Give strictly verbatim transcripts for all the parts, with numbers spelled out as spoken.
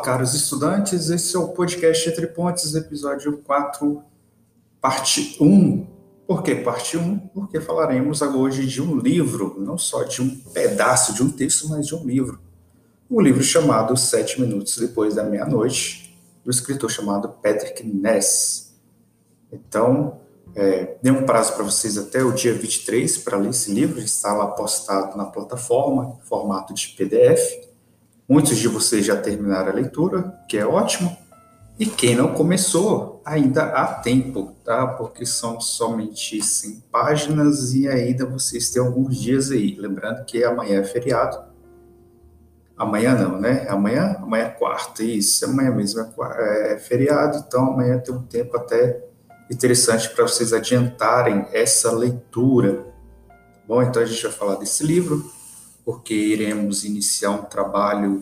caros estudantes, esse é o podcast Entre Pontes, episódio quatro, parte um. Por que parte um? Porque falaremos hoje de um livro, não só de um pedaço de um texto, mas de um livro. Um livro chamado Sete Minutos Depois da Meia-Noite, do escritor chamado Patrick Ness. Então, é, dei um prazo para vocês até o dia vinte e três para ler esse livro, está lá postado na plataforma, em formato de P D F. Muitos de vocês já terminaram a leitura, que é ótimo. E quem não começou, ainda há tempo, tá? Porque são somente cem páginas e ainda vocês têm alguns dias aí. Lembrando que amanhã é feriado. Amanhã não, né? Amanhã, amanhã é quarta, isso. Amanhã mesmo é, é feriado, então amanhã tem um tempo até interessante para vocês adiantarem essa leitura. Bom, então a gente vai falar desse livro, porque iremos iniciar um trabalho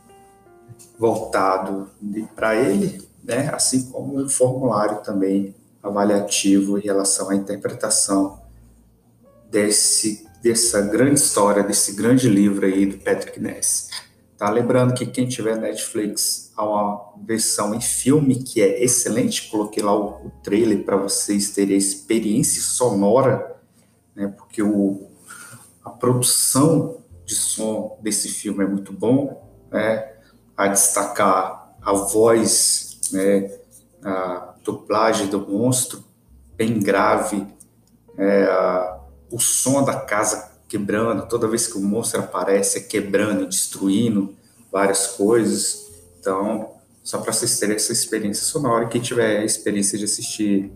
voltado para ele, né? Assim como um formulário também avaliativo em relação à interpretação desse, dessa grande história, desse grande livro aí do Patrick Ness. Tá? Lembrando que quem tiver Netflix, há uma versão em filme que é excelente, coloquei lá o, o trailer para vocês terem a experiência sonora, né? Porque o, a produção de som desse filme é muito bom, né? A destacar a voz, né? A dublagem do monstro, bem grave, é, a, o som da casa quebrando, toda vez que o monstro aparece, é quebrando, destruindo várias coisas. Então, só para vocês terem essa experiência sonora, quem tiver a experiência de assistir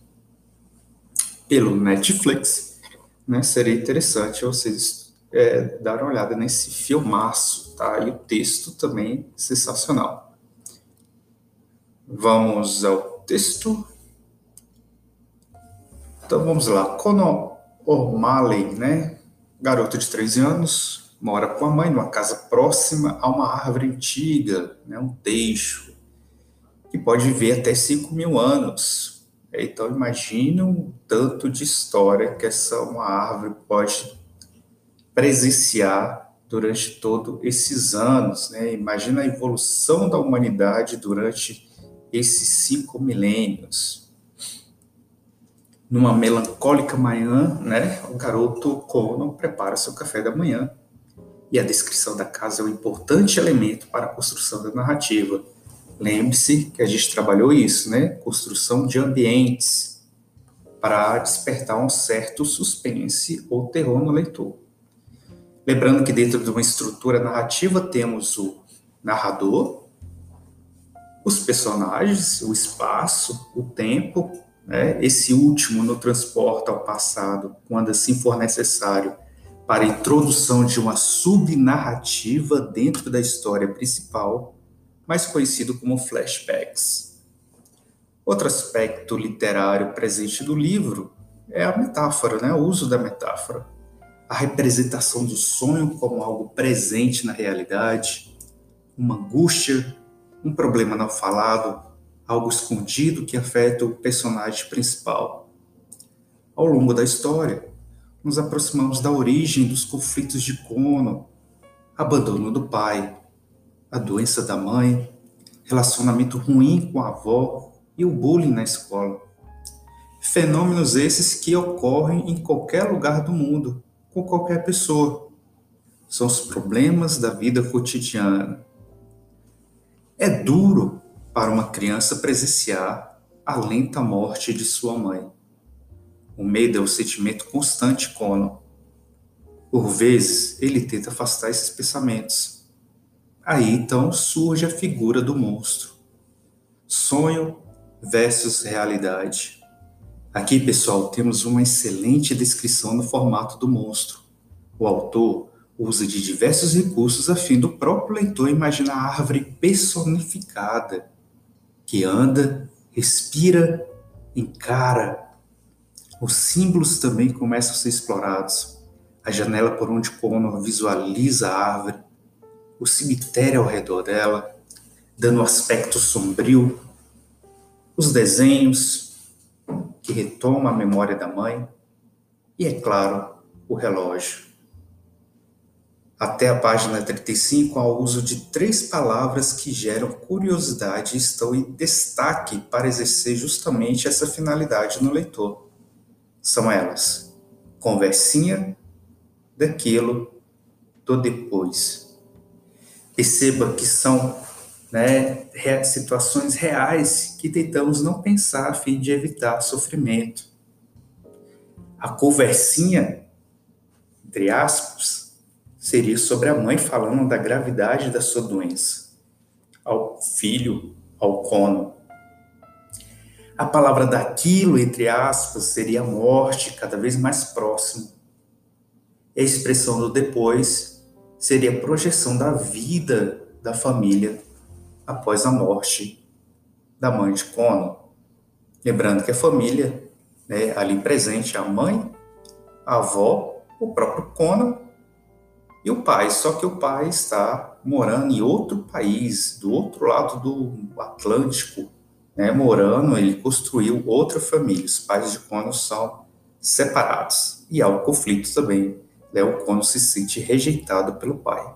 pelo Netflix, né? Seria interessante vocês É, dar uma olhada nesse filmaço, tá? E o texto também sensacional. Vamos ao texto. Então vamos lá. Conor O'Malley, né? Garoto de treze anos, mora com a mãe numa casa próxima a uma árvore antiga, né? Um teixo, que pode viver até cinco mil anos. Então imagina o tanto de história que essa uma árvore pode presenciar durante todos esses anos, né? Imagina a evolução da humanidade durante esses cinco milênios. Numa melancólica manhã, né? O garoto Conor prepara seu café da manhã e a descrição da casa é um importante elemento para a construção da narrativa. Lembre-se que a gente trabalhou isso, né? Construção de ambientes para despertar um certo suspense ou terror no leitor. Lembrando que dentro de uma estrutura narrativa temos o narrador, os personagens, o espaço, o tempo, né? Esse último nos transporta ao passado quando assim for necessário para a introdução de uma subnarrativa dentro da história principal, mais conhecido como flashbacks. Outro aspecto literário presente do livro é a metáfora, né? O uso da metáfora. A representação do sonho como algo presente na realidade, uma angústia, um problema não falado, algo escondido que afeta o personagem principal. Ao longo da história, nos aproximamos da origem dos conflitos de Conor, abandono do pai, a doença da mãe, relacionamento ruim com a avó e o bullying na escola. Fenômenos esses que ocorrem em qualquer lugar do mundo, com qualquer pessoa. São os problemas da vida cotidiana. É duro para uma criança presenciar a lenta morte de sua mãe. O medo é um sentimento constante, Conor. Por vezes, ele tenta afastar esses pensamentos. Aí, então, surge a figura do monstro. Sonho versus realidade. Aqui, pessoal, temos uma excelente descrição no formato do monstro. O autor usa de diversos recursos a fim do próprio leitor imaginar a árvore personificada, que anda, respira, encara. Os símbolos também começam a ser explorados. A janela por onde Conor visualiza a árvore, o cemitério ao redor dela, dando um aspecto sombrio, os desenhos, que retoma a memória da mãe, e, é claro, o relógio. até a página trinta e cinco, ao uso de três palavras que geram curiosidade e estão em destaque para exercer justamente essa finalidade no leitor. São elas: conversinha, daquilo, do depois. Perceba que são, né, situações reais que tentamos não pensar a fim de evitar sofrimento. A conversinha, entre aspas, seria sobre a mãe falando da gravidade da sua doença ao filho, ao côno. A palavra daquilo, entre aspas, seria a morte, cada vez mais próximo. E a expressão do depois seria a projeção da vida da família após a morte da mãe de côno. Lembrando que a família, né, ali presente, a mãe, a avó, o próprio côno e o pai, só que o pai está morando em outro país, do outro lado do Atlântico, né, morando, ele construiu outra família, os pais de côno são separados, e há um conflito também, né, o côno se sente rejeitado pelo pai.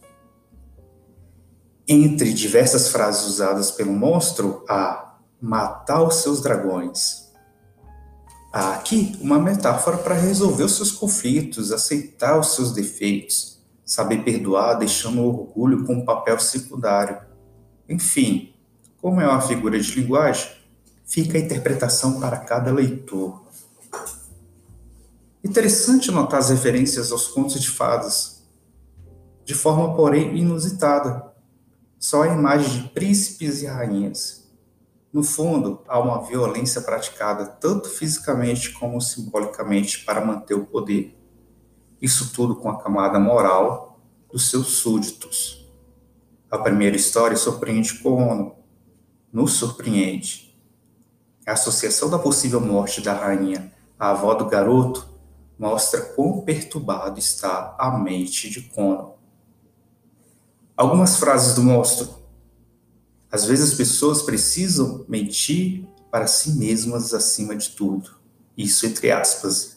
Entre diversas frases usadas pelo monstro, há matar os seus dragões. Há aqui uma metáfora para resolver os seus conflitos, aceitar os seus defeitos, saber perdoar, deixando o orgulho como papel secundário. Enfim, como é uma figura de linguagem, fica a interpretação para cada leitor. Interessante notar as referências aos contos de fadas, de forma, porém, inusitada. Só a imagem de príncipes e rainhas. No fundo, há uma violência praticada tanto fisicamente como simbolicamente para manter o poder. Isso tudo com a camada moral dos seus súditos. A primeira história surpreende como nos surpreende. A associação da possível morte da rainha à avó do garoto mostra quão perturbado está a mente de Conan. Algumas frases do monstro. Às vezes as pessoas precisam mentir para si mesmas acima de tudo. Isso entre aspas.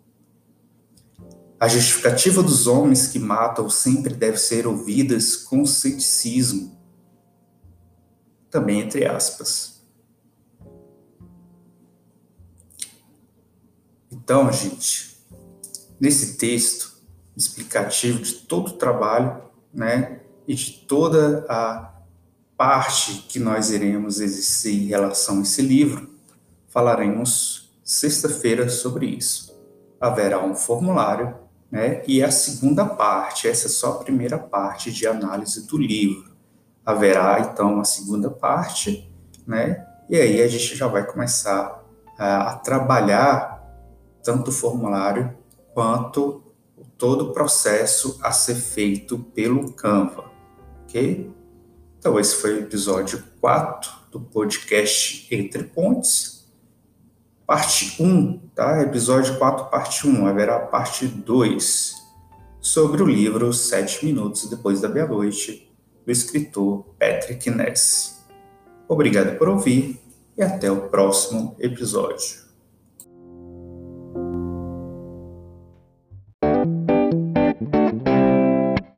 A justificativa dos homens que matam sempre deve ser ouvida com ceticismo. Também entre aspas. Então, gente, nesse texto explicativo de todo o trabalho, né, e de toda a parte que nós iremos exercer em relação a esse livro, falaremos sexta-feira sobre isso. Haverá um formulário, né, e a segunda parte, essa é só a primeira parte de análise do livro. Haverá, então, a segunda parte, né, e aí a gente já vai começar a, a trabalhar tanto o formulário quanto todo o processo a ser feito pelo Canva, ok? Então, esse foi o episódio quatro do podcast Entre Pontes, parte um, tá? Episódio quatro, parte um. Haverá parte dois, sobre o livro Sete Minutos Depois da Meia-Noite, do escritor Patrick Ness. Obrigado por ouvir e até o próximo episódio.